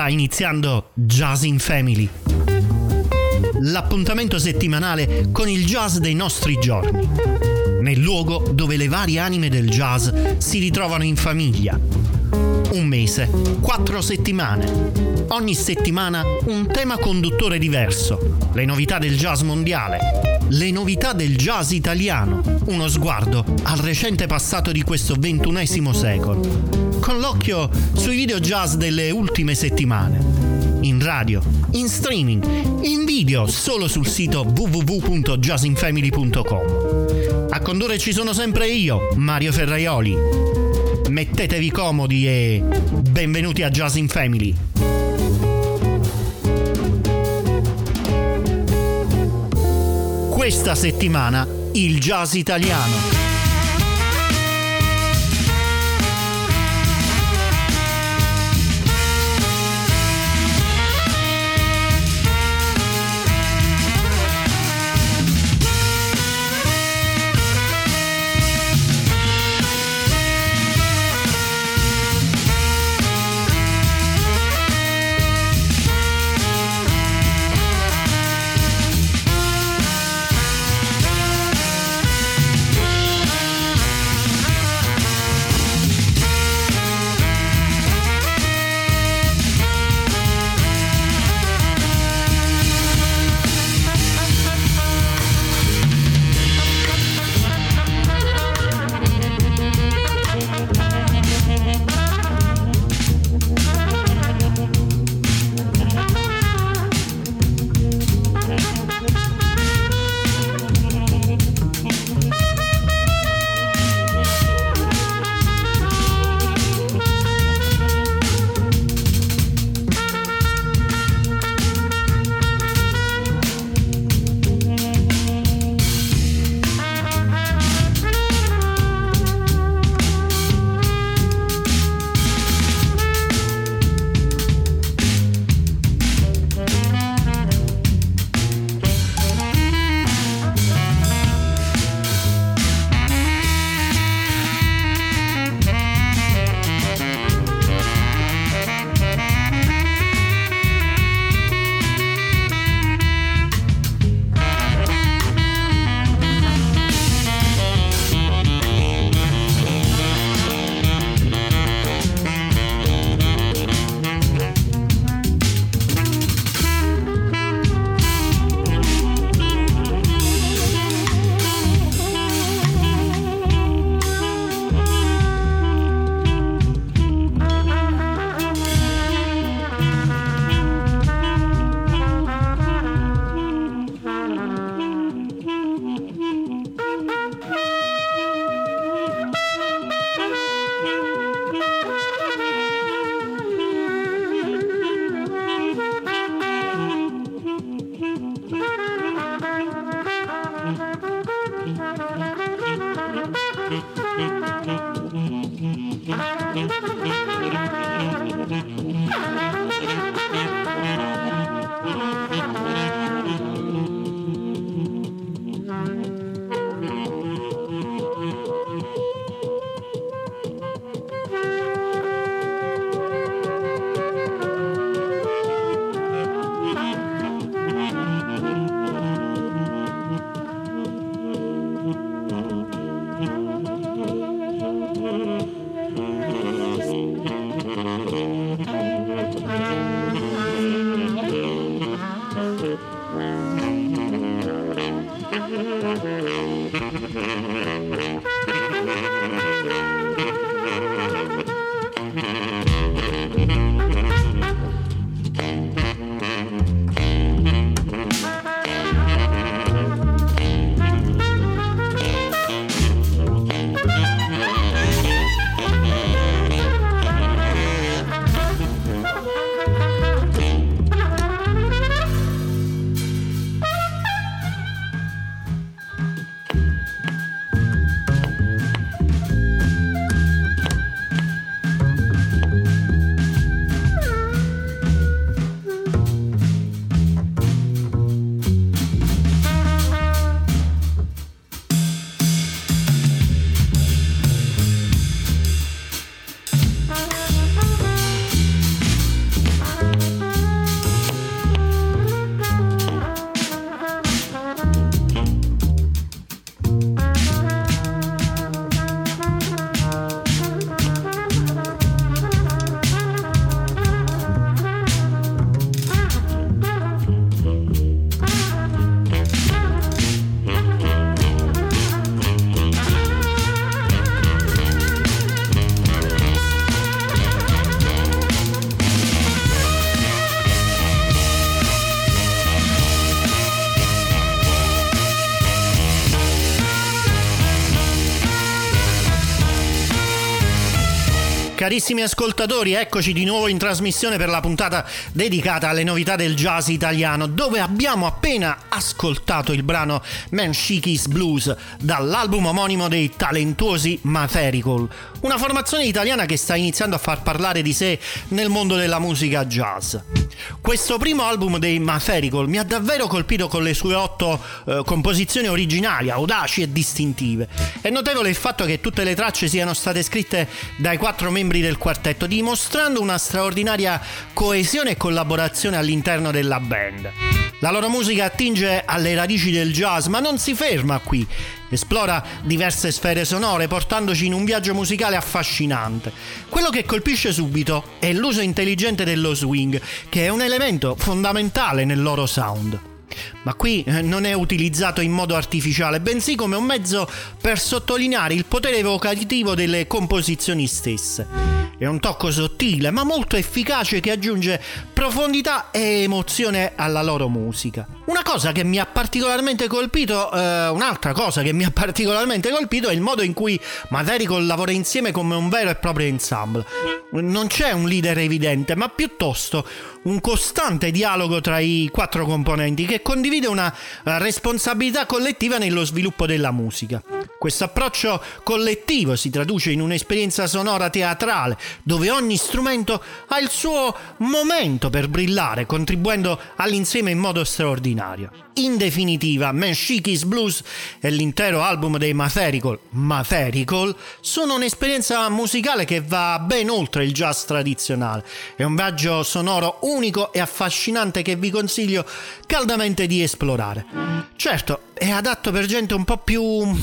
Sta iniziando Jazz in Family, l'appuntamento settimanale con il jazz dei nostri giorni, nel luogo dove le varie anime del jazz si ritrovano in famiglia. Un mese, 4 settimane. Ogni settimana un tema conduttore diverso. Le novità del jazz mondiale, le novità del jazz italiano, uno sguardo al recente passato di questo XXI secolo, con l'occhio sui video jazz delle ultime settimane. In radio, in streaming, in video solo sul sito www.jazzinfamily.com. A condurre ci sono sempre io, Mario Ferraioli. Mettetevi comodi e benvenuti a Jazz in Family. Questa settimana il jazz italiano. Carissimi ascoltatori, eccoci di nuovo in trasmissione per la puntata dedicata alle novità del jazz italiano, dove abbiamo appena ascoltato il brano Menchikis Blues dall'album omonimo dei talentuosi Matherical, una formazione italiana che sta iniziando a far parlare di sé nel mondo della musica jazz. Questo primo album dei Matherical mi ha davvero colpito con le sue 8 composizioni originali, audaci e distintive. È notevole il fatto che tutte le tracce siano state scritte dai 4 membri del quartetto, dimostrando una straordinaria coesione e collaborazione all'interno della band. La loro musica attinge alle radici del jazz, ma non si ferma qui. Esplora diverse sfere sonore, portandoci in un viaggio musicale affascinante. Quello che colpisce subito è l'uso intelligente dello swing, che è un elemento fondamentale nel loro sound. Ma qui non è utilizzato in modo artificiale, bensì come un mezzo per sottolineare il potere evocativo delle composizioni stesse. È un tocco sottile ma molto efficace che aggiunge profondità e emozione alla loro musica. Un'altra cosa che mi ha particolarmente colpito è il modo in cui Matherical lavora insieme come un vero e proprio ensemble. Non c'è un leader evidente, ma piuttosto un costante dialogo tra i 4 componenti che condivide una responsabilità collettiva nello sviluppo della musica. Questo approccio collettivo si traduce in un'esperienza sonora teatrale, dove ogni strumento ha il suo momento per brillare, contribuendo all'insieme in modo straordinario. In definitiva, Menchikis Blues e l'intero album dei Matherical sono un'esperienza musicale che va ben oltre il jazz tradizionale. È un viaggio sonoro unico e affascinante che vi consiglio caldamente di esplorare. Certo, è adatto per gente un po' più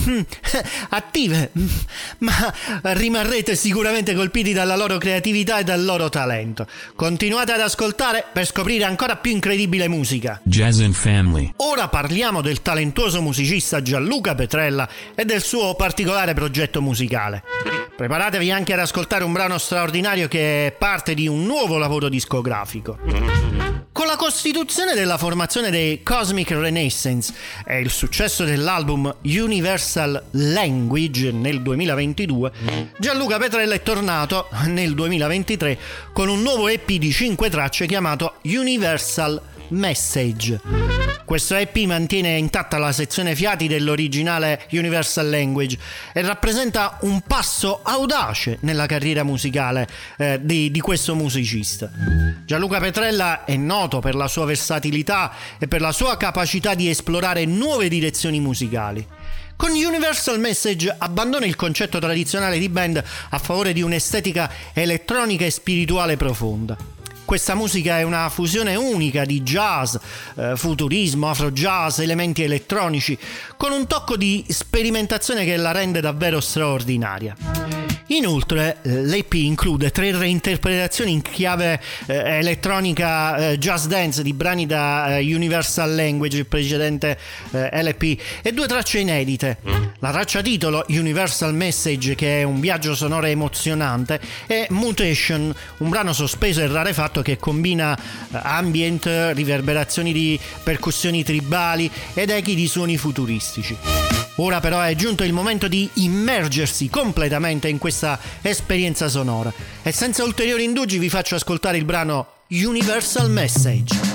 attive, ma rimarrete sicuramente colpiti dalla loro creatività e dal loro talento. Continuate ad ascoltare per scoprire ancora più incredibile musica. Jazz and Family. Ora parliamo del talentuoso musicista Gianluca Petrella e del suo particolare progetto musicale. Preparatevi anche ad ascoltare un brano straordinario che è parte di un nuovo lavoro discografico. Con la costituzione della formazione dei Cosmic Renaissance e il successo dell'album Universal Language nel 2022, Gianluca Petrella è tornato nel 2023 con un nuovo EP di 5 tracce chiamato Universal Message. Questo EP mantiene intatta la sezione fiati dell'originale Universal Language e rappresenta un passo audace nella carriera musicale di questo musicista. Gianluca Petrella è noto per la sua versatilità e per la sua capacità di esplorare nuove direzioni musicali. Con Universal Message abbandona il concetto tradizionale di band a favore di un'estetica elettronica e spirituale profonda. Questa musica è una fusione unica di jazz, futurismo, afro jazz, elementi elettronici, con un tocco di sperimentazione che la rende davvero straordinaria. Inoltre l'EP include 3 reinterpretazioni in chiave elettronica jazz dance di brani da Universal Language, il precedente LP, e 2 tracce inedite. La traccia titolo Universal Message, che è un viaggio sonoro emozionante, e Mutation, un brano sospeso e rarefatto che combina ambient, riverberazioni di percussioni tribali ed echi di suoni futuristici. Ora però è giunto il momento di immergersi completamente in questa esperienza sonora e senza ulteriori indugi vi faccio ascoltare il brano Universal Message.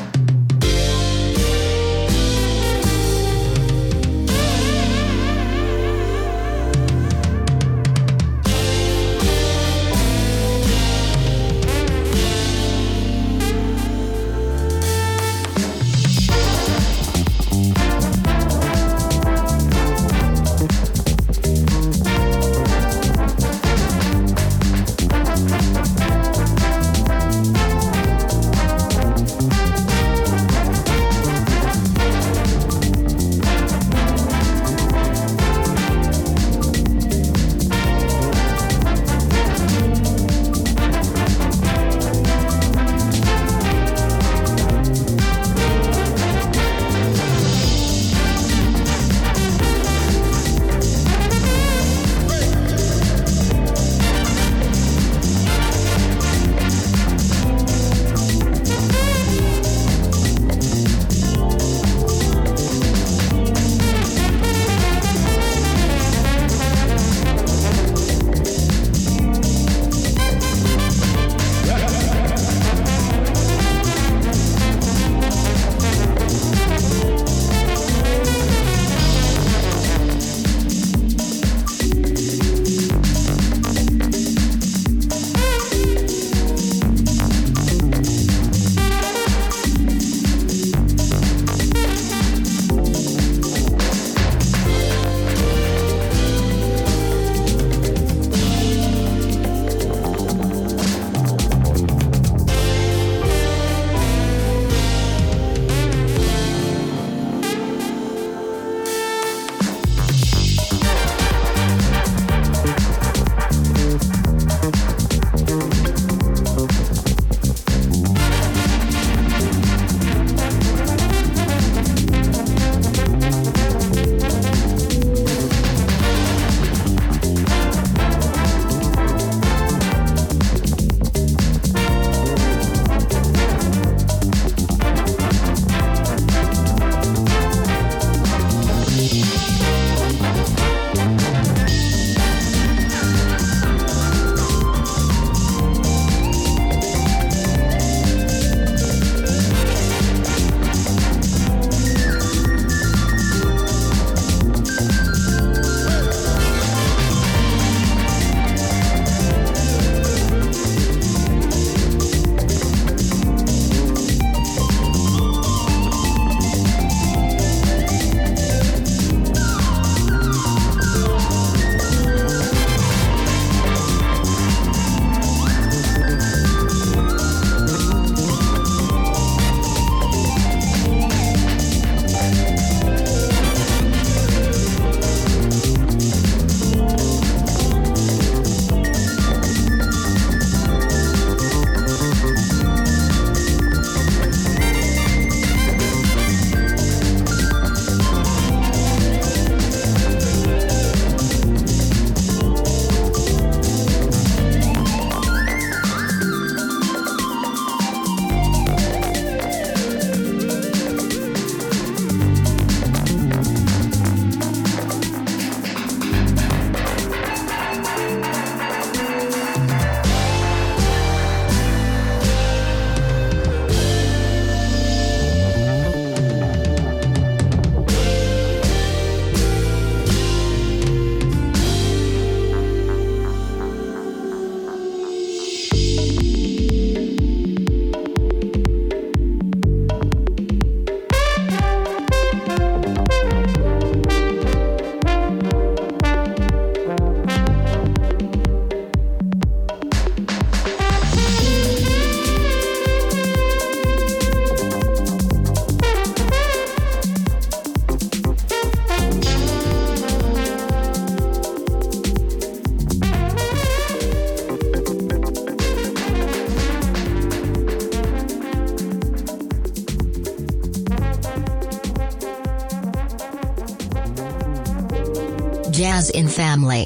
Jazz in Family.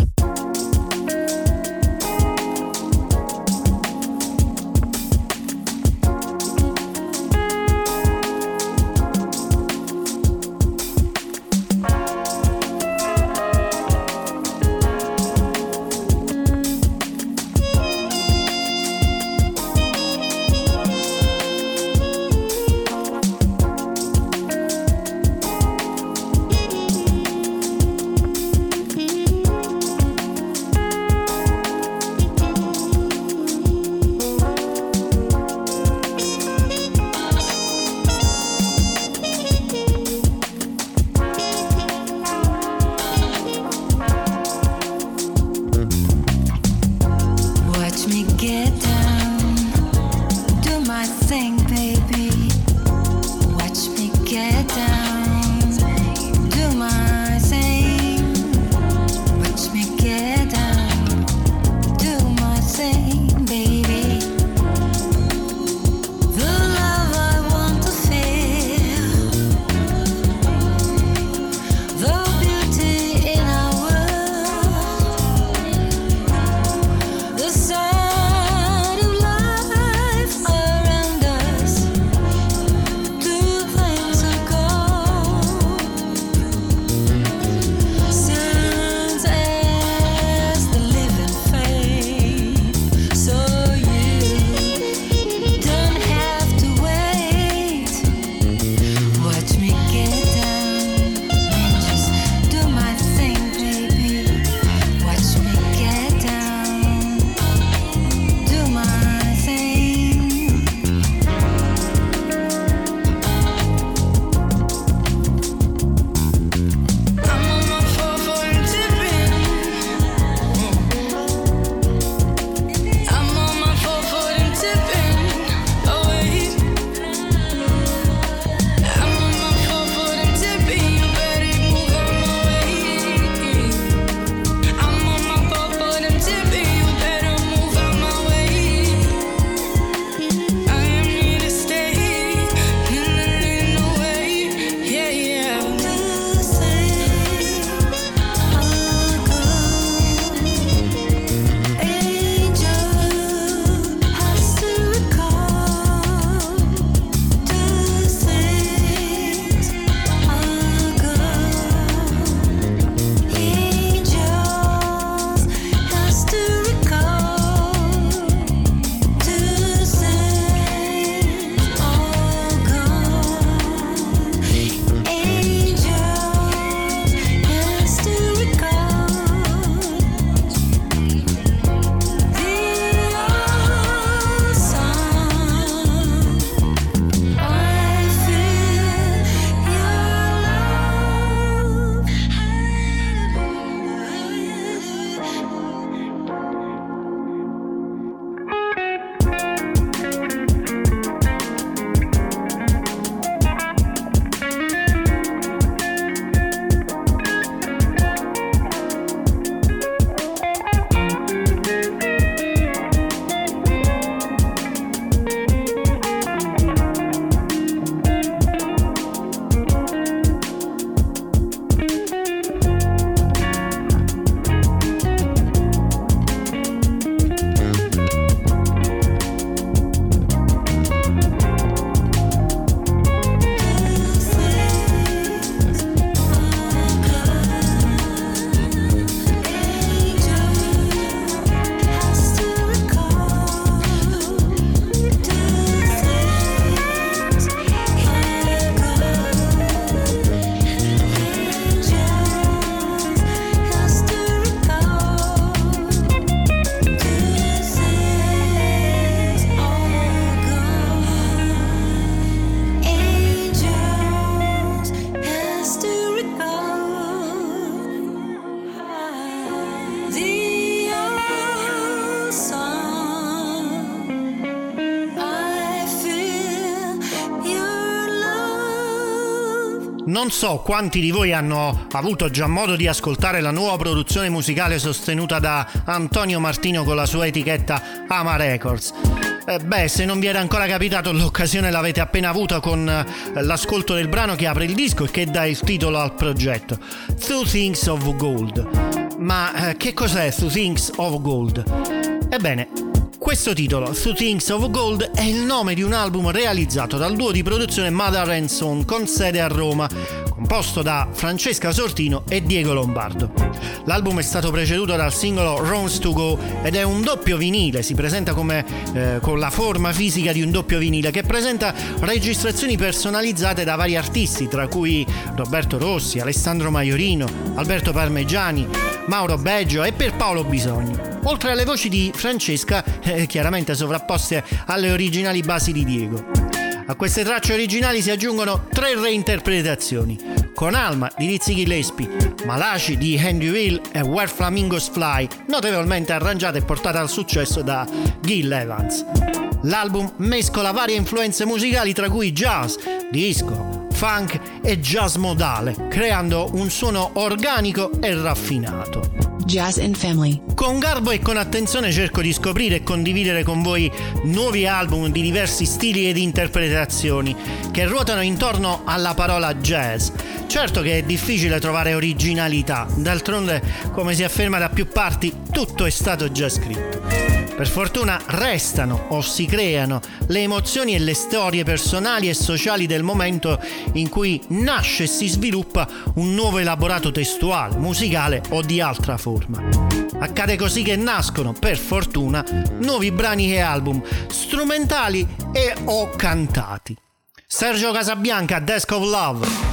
Non so quanti di voi hanno avuto già modo di ascoltare la nuova produzione musicale sostenuta da Antonio Martino con la sua etichetta Ama Records. Se non vi era ancora capitato, l'occasione l'avete appena avuta con l'ascolto del brano che apre il disco e che dà il titolo al progetto, Two Things of Gold. Ma che cos'è Two Things of Gold? Ebbene, questo titolo, Two Things of Gold, è il nome di un album realizzato dal duo di produzione Mother and Son con sede a Roma, composto da Francesca Sortino e Diego Lombardo. L'album è stato preceduto dal singolo Rounds to Go ed è un doppio vinile, si presenta come con la forma fisica di un doppio vinile che presenta registrazioni personalizzate da vari artisti, tra cui Roberto Rossi, Alessandro Maiorino, Alberto Parmegiani, Mauro Beggio e Pierpaolo Bisogni, oltre alle voci di Francesca chiaramente sovrapposte alle originali basi di Diego. A queste tracce originali si aggiungono 3 reinterpretazioni: Con Alma di Dizzy Gillespie, Malachi di Andy Will e Where Flamingos Fly, notevolmente arrangiata e portata al successo da Gil Evans. L'album mescola varie influenze musicali, tra cui jazz, disco, funk e jazz modale, creando un suono organico e raffinato. Jazz and Family. Con garbo e con attenzione cerco di scoprire e condividere con voi nuovi album di diversi stili ed interpretazioni che ruotano intorno alla parola jazz. Certo che è difficile trovare originalità, d'altronde, come si afferma da più parti, tutto è stato già scritto. Per fortuna restano o si creano le emozioni e le storie personali e sociali del momento in cui nasce e si sviluppa un nuovo elaborato testuale, musicale o di altra forma. Accade così che nascono, per fortuna, nuovi brani e album, strumentali e o cantati. Sergio Casabianca, Desk of Love.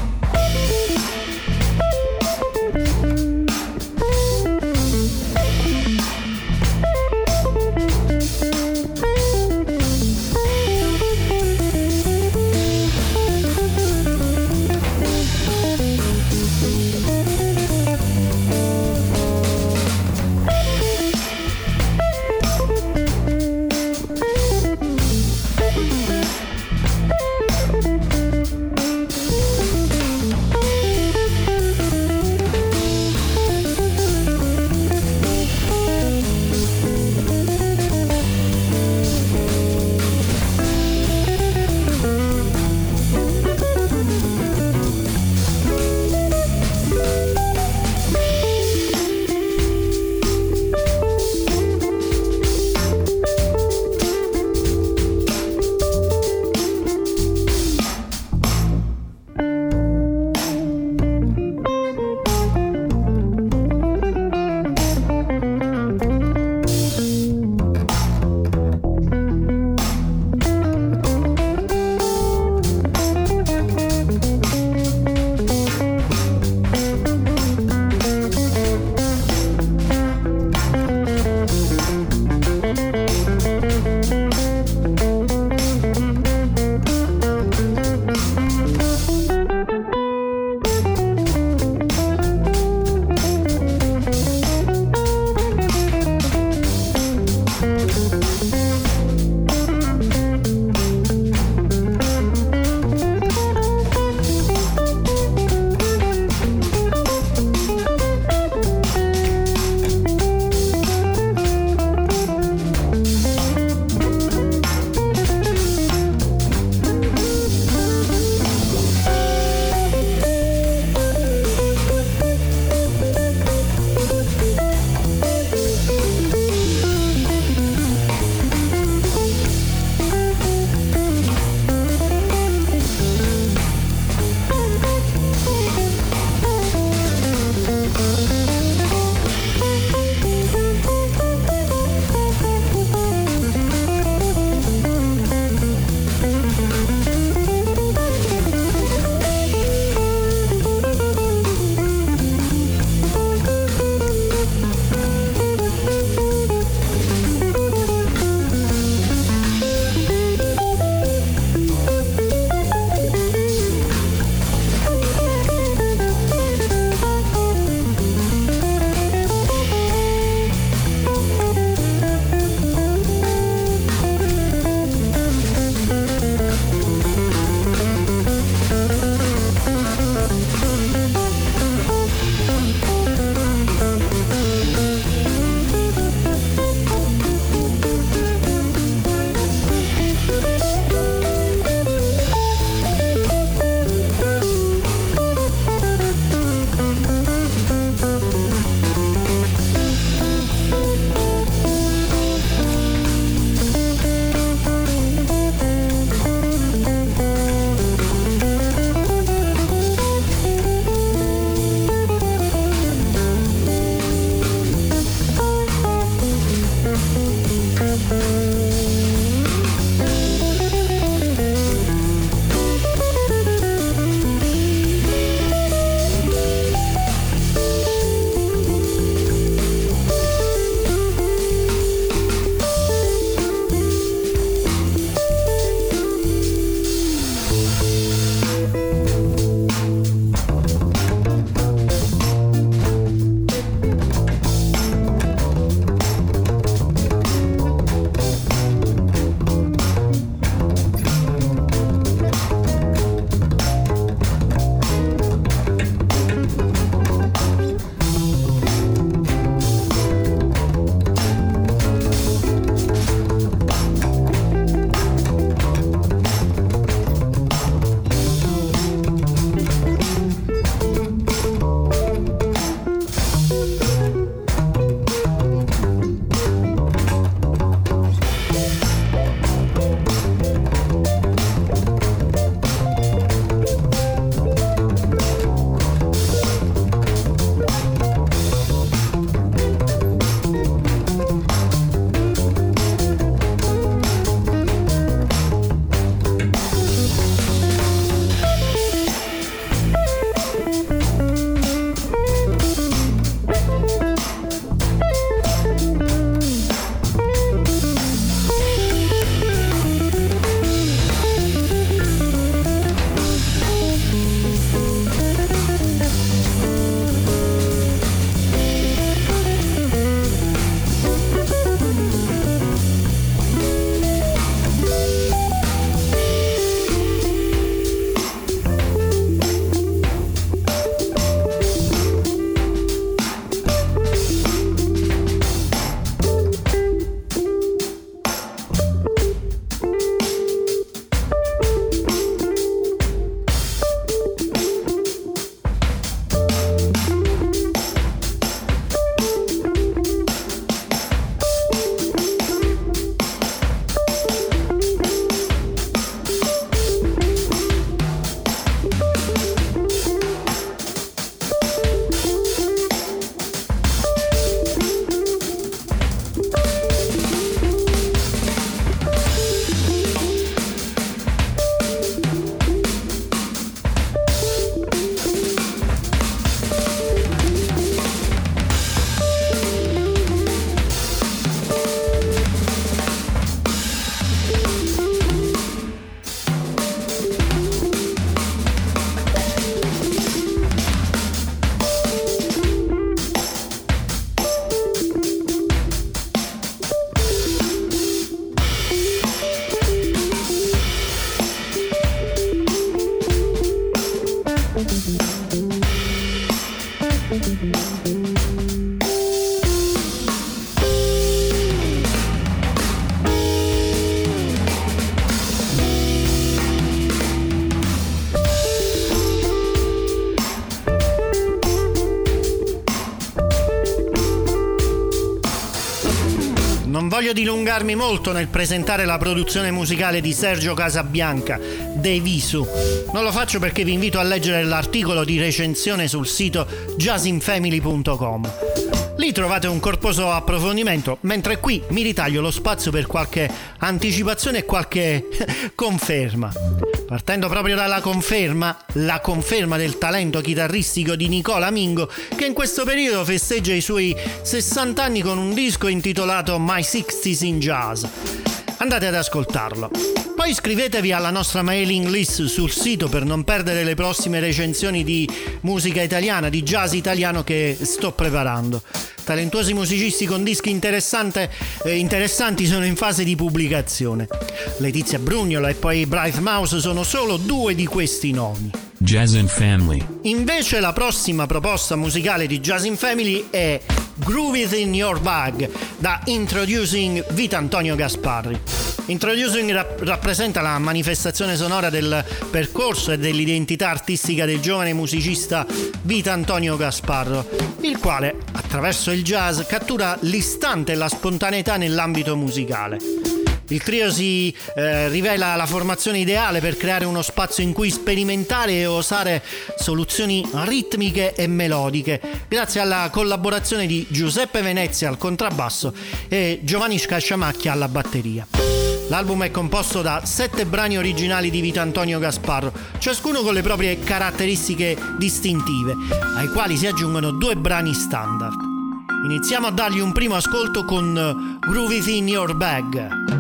Non voglio dilungarmi molto nel presentare la produzione musicale di Sergio Casabianca, De Visu. Non lo faccio perché vi invito a leggere l'articolo di recensione sul sito jazzinfamily.com. Lì trovate un corposo approfondimento, mentre qui mi ritaglio lo spazio per qualche anticipazione e qualche conferma. Partendo proprio dalla conferma, la conferma del talento chitarristico di Nicola Mingo, che in questo periodo festeggia i suoi 60 anni con un disco intitolato My 60s in Jazz. Andate ad ascoltarlo. Poi iscrivetevi alla nostra mailing list sul sito per non perdere le prossime recensioni di musica italiana, di jazz italiano che sto preparando. Talentuosi musicisti con dischi interessanti sono in fase di pubblicazione. Letizia Brugnola e poi Bright Mouse sono solo due di questi nomi. Jazz in Family. Invece la prossima proposta musicale di Jazz in Family è Groove It in Your Bag da Introducing Vitantonio Gasparri. Introducing rappresenta la manifestazione sonora del percorso e dell'identità artistica del giovane musicista Vitantonio Gasparro, il quale, attraverso il jazz, cattura l'istante e la spontaneità nell'ambito musicale. Il trio si rivela la formazione ideale per creare uno spazio in cui sperimentare e osare soluzioni ritmiche e melodiche, grazie alla collaborazione di Giuseppe Venezia al contrabbasso e Giovanni Scasciamacchia alla batteria. L'album è composto da 7 brani originali di Vitantonio Gasparro, ciascuno con le proprie caratteristiche distintive, ai quali si aggiungono 2 brani standard. Iniziamo a dargli un primo ascolto con Groove It in Your Bag.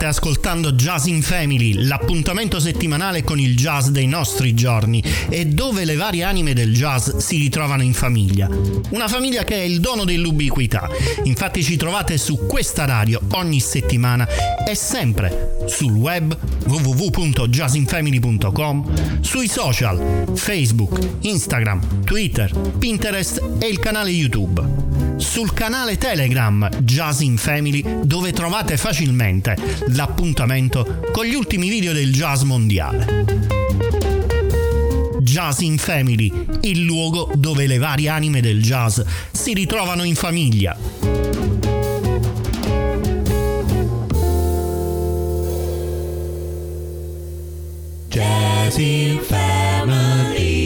ascoltando Jazz in Family, l'appuntamento settimanale con il jazz dei nostri giorni e dove le varie anime del jazz si ritrovano in famiglia. Una famiglia che è il dono dell'ubiquità. Infatti ci trovate su questa radio ogni settimana e sempre sul web www.jazzinfamily.com, sui social Facebook, Instagram, Twitter, Pinterest e il canale YouTube. Sul canale Telegram Jazz in Family, dove trovate facilmente l'appuntamento con gli ultimi video del jazz mondiale. Jazz in Family, il luogo dove le varie anime del jazz si ritrovano in famiglia. Jazz in Family.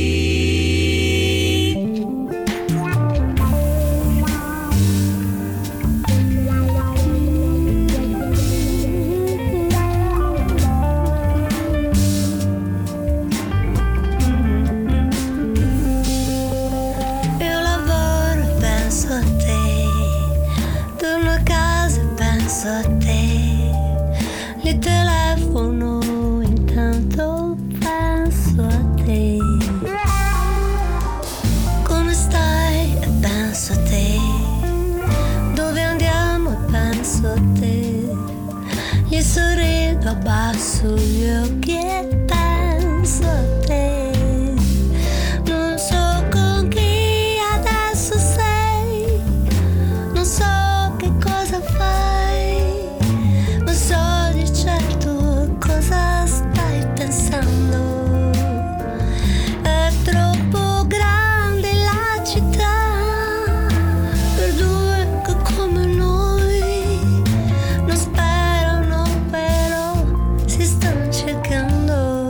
A te, li telefono, intanto penso a te. Come stai? E penso a te. Dove andiamo? E penso a te. Gli sorrido, abbasso gli occhi e penso a te. Non so con chi adesso sei, non so che cosa fai. So di certo cosa stai pensando. È troppo grande la città per due che come noi non sperano, però si stanno cercando.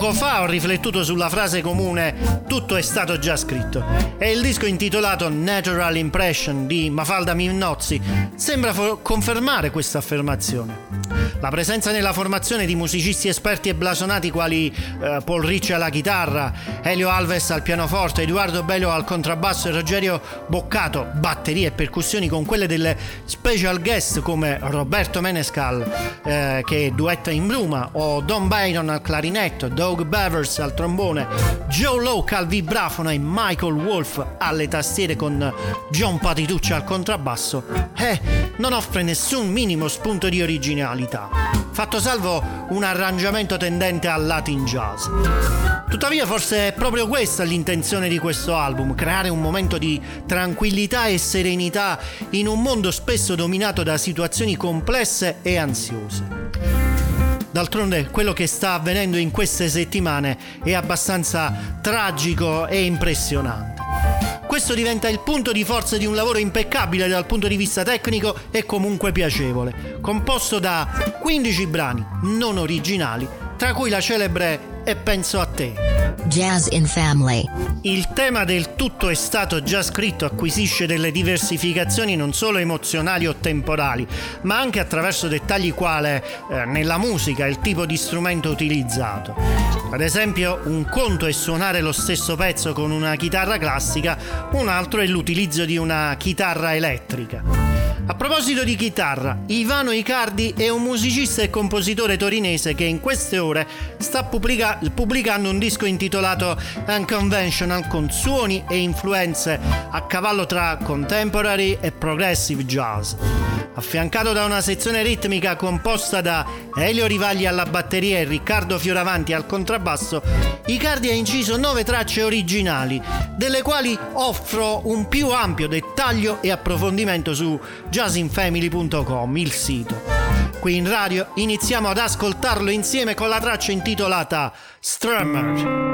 Poco fa ho riflettuto sulla frase comune "tutto è stato già scritto", e il disco intitolato Natural Impression di Mafalda Minnozzi sembra confermare questa affermazione. La presenza nella formazione di musicisti esperti e blasonati quali Paul Ricci alla chitarra, Elio Alves al pianoforte, Edoardo Bello al contrabbasso e Rogerio Boccato batterie e percussioni, con quelle delle special guest come Roberto Menescal che duetta in Bruma, o Don Byron al clarinetto, Doug Bevers al trombone, Joe Locke al vibrafono e Michael Wolf alle tastiere con John Patitucci al contrabbasso, non offre nessun minimo spunto di originalità, fatto salvo un arrangiamento tendente al Latin jazz. Tuttavia forse è proprio questa l'intenzione di questo album: creare un momento di tranquillità e serenità in un mondo spesso dominato da situazioni complesse e ansiose. D'altronde quello che sta avvenendo in queste settimane è abbastanza tragico e impressionante. Questo diventa il punto di forza di un lavoro impeccabile dal punto di vista tecnico e comunque piacevole, composto da 15 brani non originali, tra cui la celebre "E penso a te". Jazz in Family. Il tema del "tutto è stato già scritto" acquisisce delle diversificazioni non solo emozionali o temporali, ma anche attraverso dettagli quale nella musica il tipo di strumento utilizzato. Ad esempio, un conto è suonare lo stesso pezzo con una chitarra classica, un altro è l'utilizzo di una chitarra elettrica. A proposito di chitarra, Ivano Icardi è un musicista e compositore torinese che in queste ore sta pubblicando un disco intitolato Unconventional, con suoni e influenze a cavallo tra contemporary e progressive jazz. Affiancato da una sezione ritmica composta da Elio Rivagli alla batteria e Riccardo Fioravanti al contrabbasso, Icardi ha inciso 9 tracce originali, delle quali offro un più ampio dettaglio e approfondimento su jazzinfamily.com, il sito. Qui in radio iniziamo ad ascoltarlo insieme con la traccia intitolata Strummer.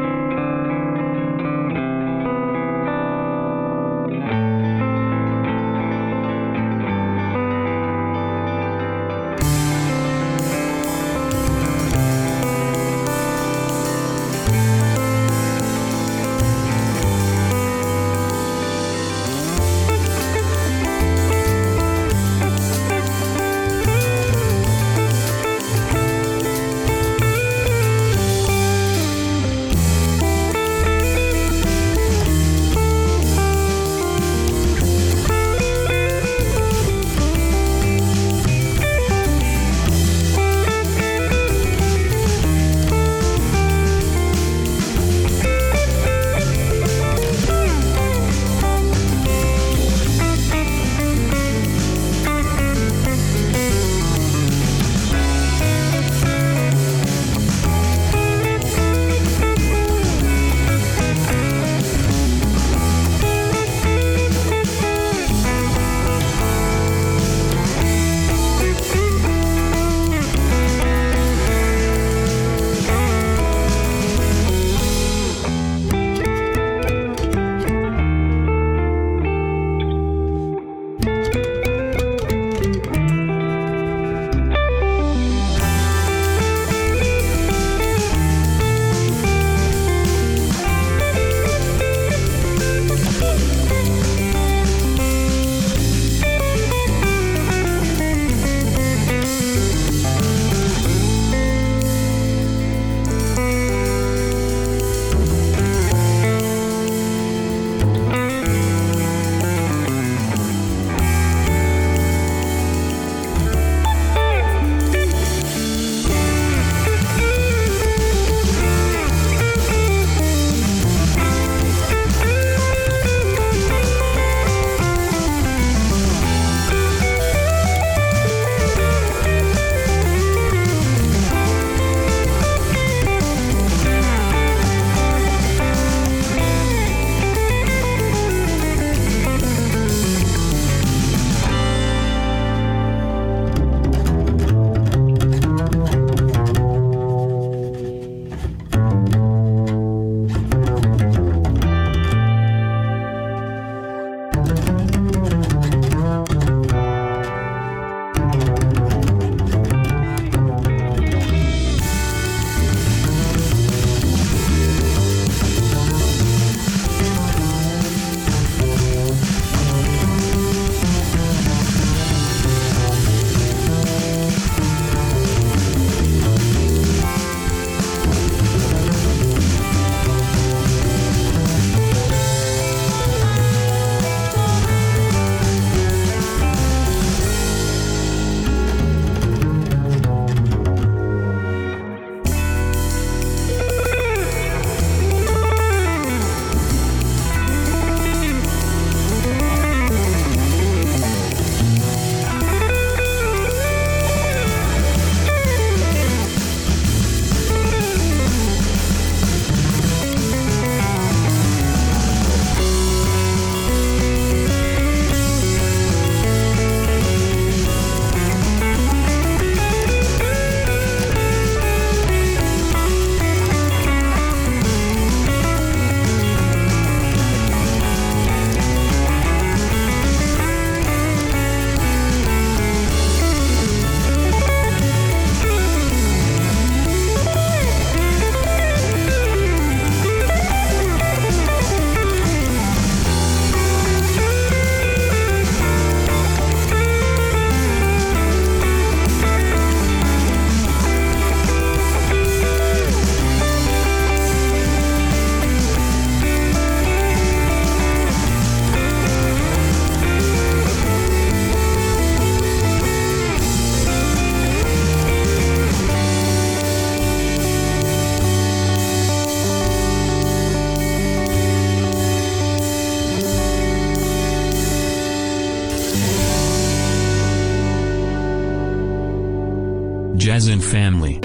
Jazz and Family.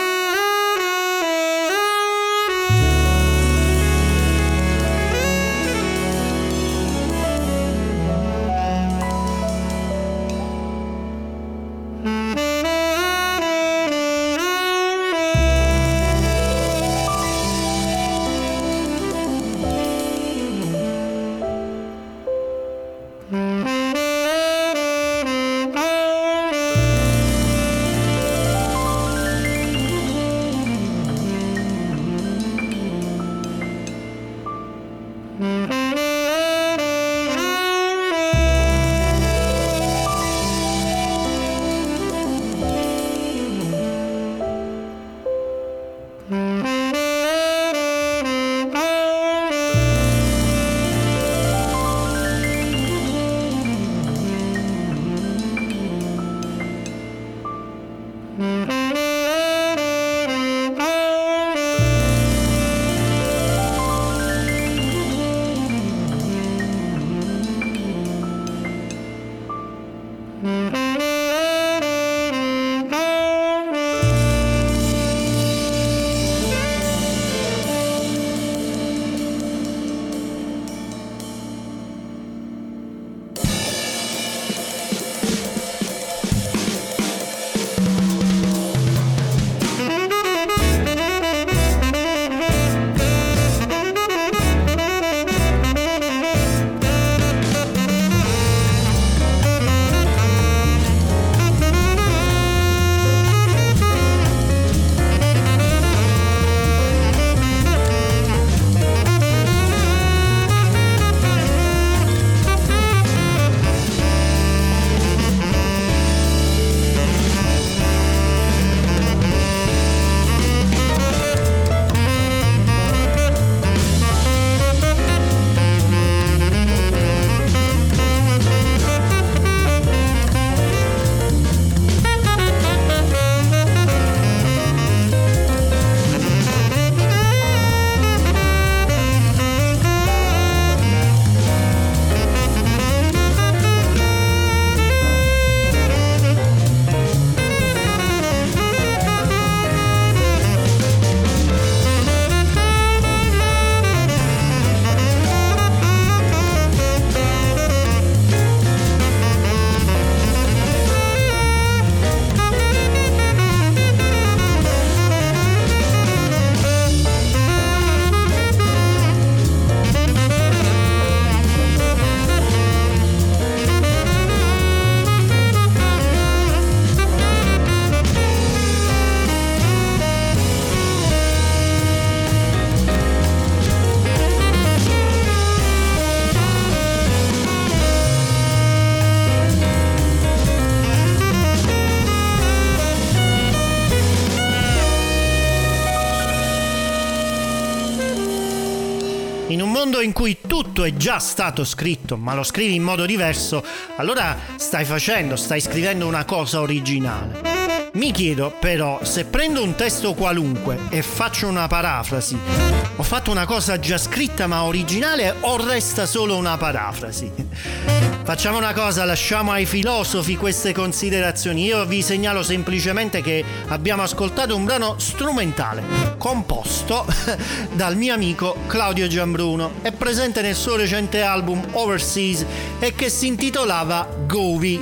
In un mondo in cui tutto è già stato scritto, ma lo scrivi in modo diverso, allora stai scrivendo una cosa originale. Mi chiedo però, se prendo un testo qualunque e faccio una parafrasi, ho fatto una cosa già scritta ma originale o resta solo una parafrasi? Facciamo una cosa, lasciamo ai filosofi queste considerazioni. Io vi segnalo semplicemente che abbiamo ascoltato un brano strumentale composto dal mio amico Claudio Giambruno, è presente nel suo recente album Overseas e che si intitola Govi.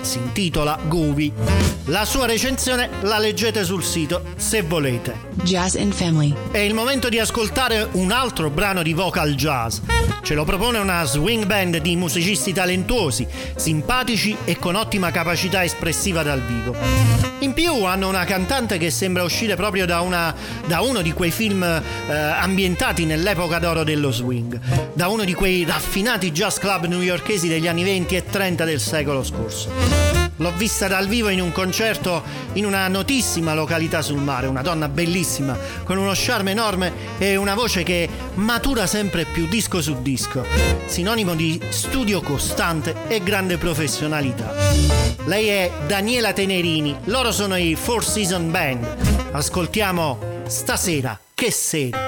La sua recensione la leggete sul sito se volete. Jazz and Family. È il momento di ascoltare un altro brano di vocal jazz. Ce lo propone una swing band di musicisti talentuosi, simpatici e con ottima capacità espressiva dal vivo. In più hanno una cantante che sembra uscire proprio da uno di quei film ambientati nell'epoca d'oro dello swing, da uno di quei raffinati jazz club newyorkesi degli anni 20 e 30 del secolo scorso. L'ho vista dal vivo in un concerto in una notissima località sul mare, una donna bellissima, con uno charme enorme e una voce che matura sempre più disco su disco, sinonimo di studio costante e grande professionalità. Lei è Daniela Tenerini, loro sono i Four Seasons Band. Ascoltiamo Stasera, che sera.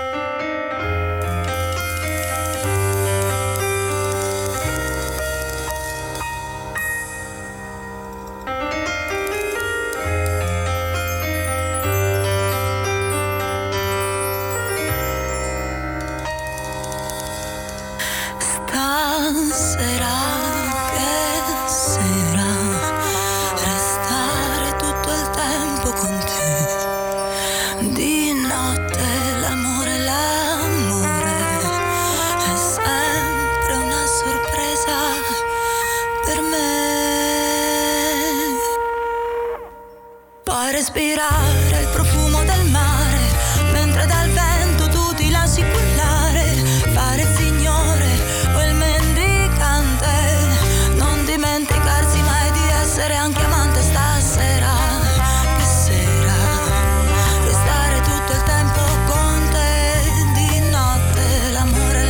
respirare il profumo del mare, mentre dal vento tu ti lasci cullare, fare il signore o il mendicante, non dimenticarsi mai di essere anche amante stasera. Che sera, restare tutto il tempo con te, di notte l'amore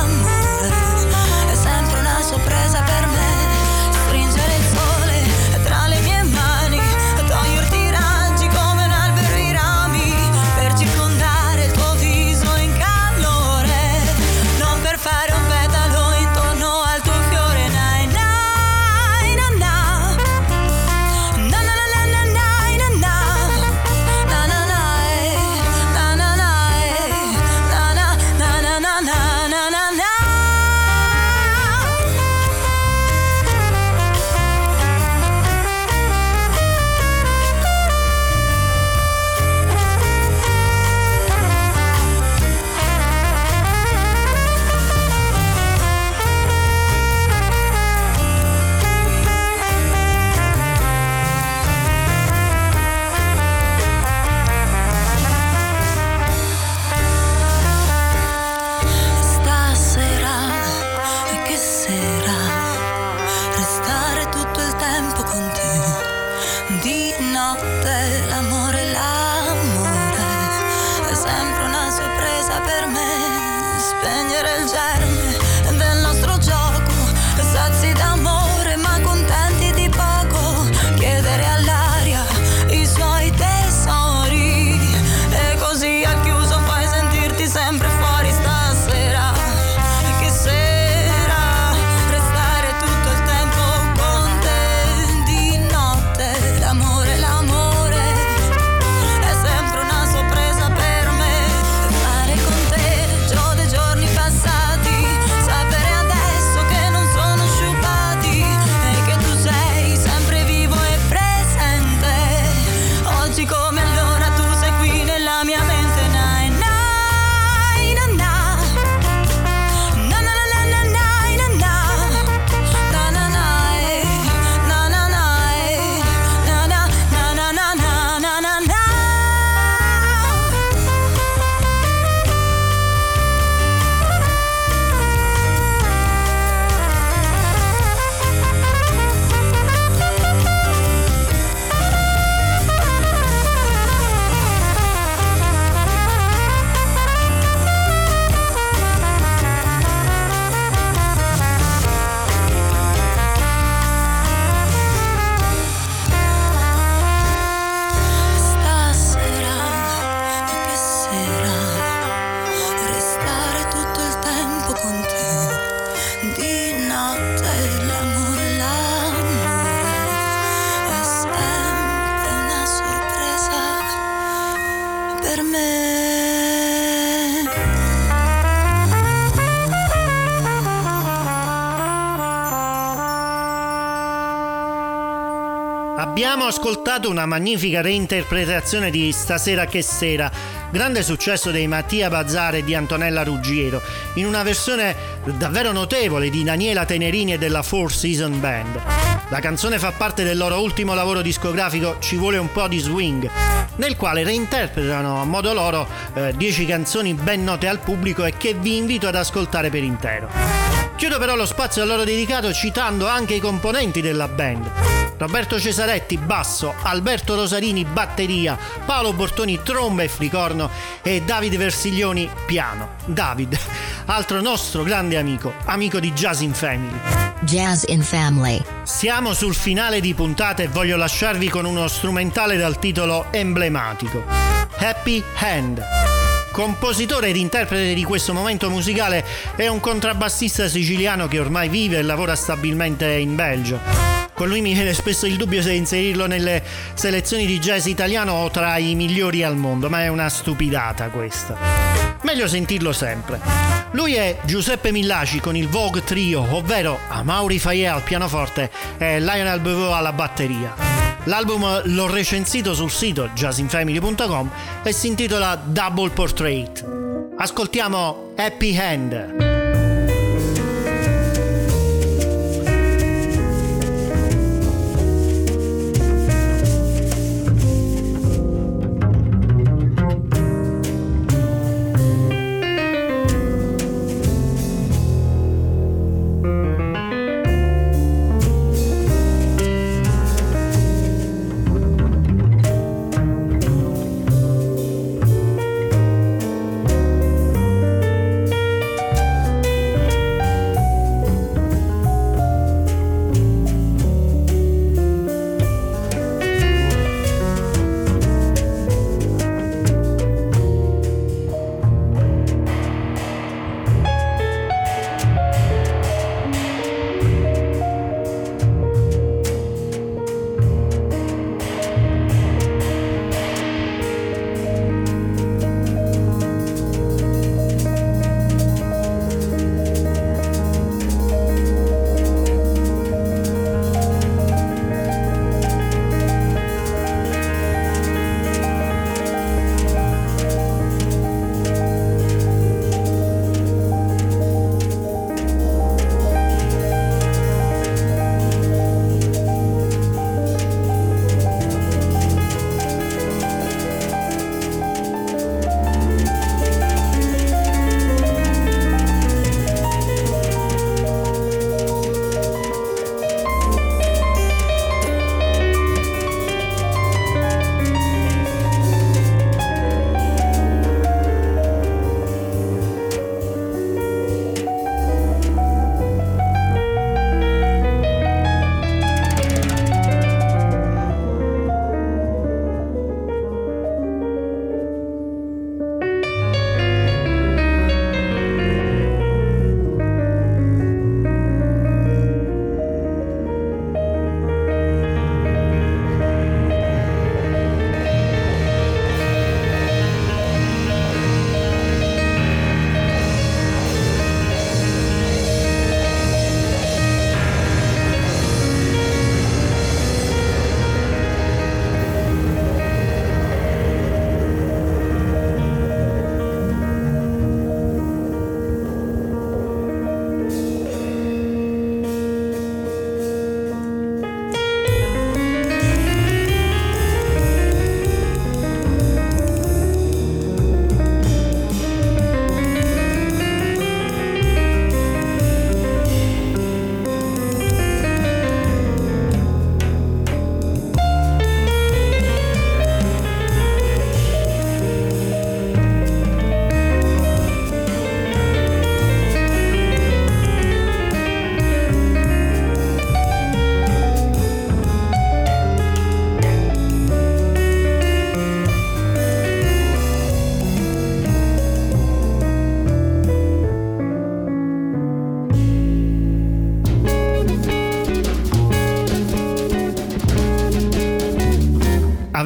è sempre una sorpresa per me. Stringere il sole tra le mie mani, toglierti i raggi come un albero i rami, per circondare il tuo viso in calore, non per fare un petalo intorno al tuo fiore. Nai nai na na, na na na na na na na, na na na, na na na, na na na na na na na. Stasera, che sera, restare tutto il tempo con te, di notte l'amore è sempre una sorpresa per me. Spegnere il germe del nostro gioco, sazi d'amore ma contenti di poco, chiedere all'aria i suoi tesori, e così al chiuso puoi sentirti sempre fuori. Stasera, che sera, restare tutto il tempo con te, di notte l'amore è sempre una sorpresa per me. Stare con te, gioco dei giorni passati, sapere adesso che non sono sciupati e che tu sei sempre vivo e presente. Oggi come allora tu sei qui nella mia mente. Nai nai na na, na na na na na na na, na na na, na na na, na na na na na na na. Stasera, che sera, restare tutto il tempo con te, di notte l'amore è sempre una sorpresa per me. Abbiamo ascoltato una magnifica reinterpretazione di Stasera che sera, grande successo dei Mattia Bazzar e di Antonella Ruggiero, in una versione davvero notevole di Daniela Tenerini e della Four Season Band. La canzone fa parte del loro ultimo lavoro discografico Ci vuole un po' di swing, nel quale reinterpretano a modo loro 10 canzoni ben note al pubblico e che vi invito ad ascoltare per intero. Chiudo però lo spazio a loro dedicato citando anche i componenti della band. Roberto Cesaretti, basso, Alberto Rosarini, batteria, Paolo Bortoni, tromba e flicorno e Davide Versiglioni, piano. David, altro nostro grande amico di Jazz in Family. Jazz in Family. Siamo sul finale di puntata e voglio lasciarvi con uno strumentale dal titolo emblematico, Happy Hand. Compositore ed interprete di questo momento musicale è un contrabbassista siciliano che ormai vive e lavora stabilmente in Belgio. Con lui mi viene spesso il dubbio se inserirlo nelle selezioni di jazz italiano o tra i migliori al mondo, ma è una stupidata questa. Meglio sentirlo sempre. Lui è Giuseppe Millaci con il Vogue Trio, ovvero Amaury Fayet al pianoforte e Lionel Beauveau alla batteria. L'album l'ho recensito sul sito jazzinfamily.com e si intitola Double Portrait. Ascoltiamo Happy Hand.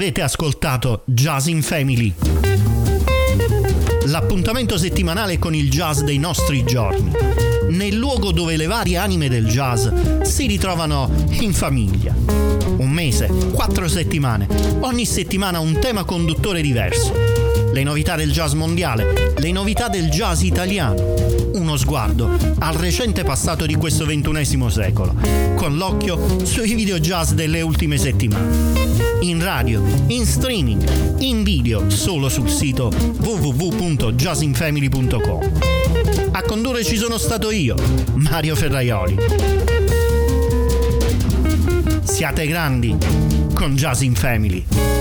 Avete ascoltato Jazz in Family, l'appuntamento settimanale con il jazz dei nostri giorni, nel luogo dove le varie anime del jazz si ritrovano in famiglia. Un mese, 4 settimane, ogni settimana un tema conduttore diverso. Le novità del jazz mondiale, le novità del jazz italiano. Uno sguardo al recente passato di questo XXI secolo, con l'occhio sui video jazz delle ultime settimane. In radio, in streaming, in video, solo sul sito www.jazzinfamily.com. A condurre ci sono stato io, Mario Ferraioli. Siate grandi con Jazz in Family.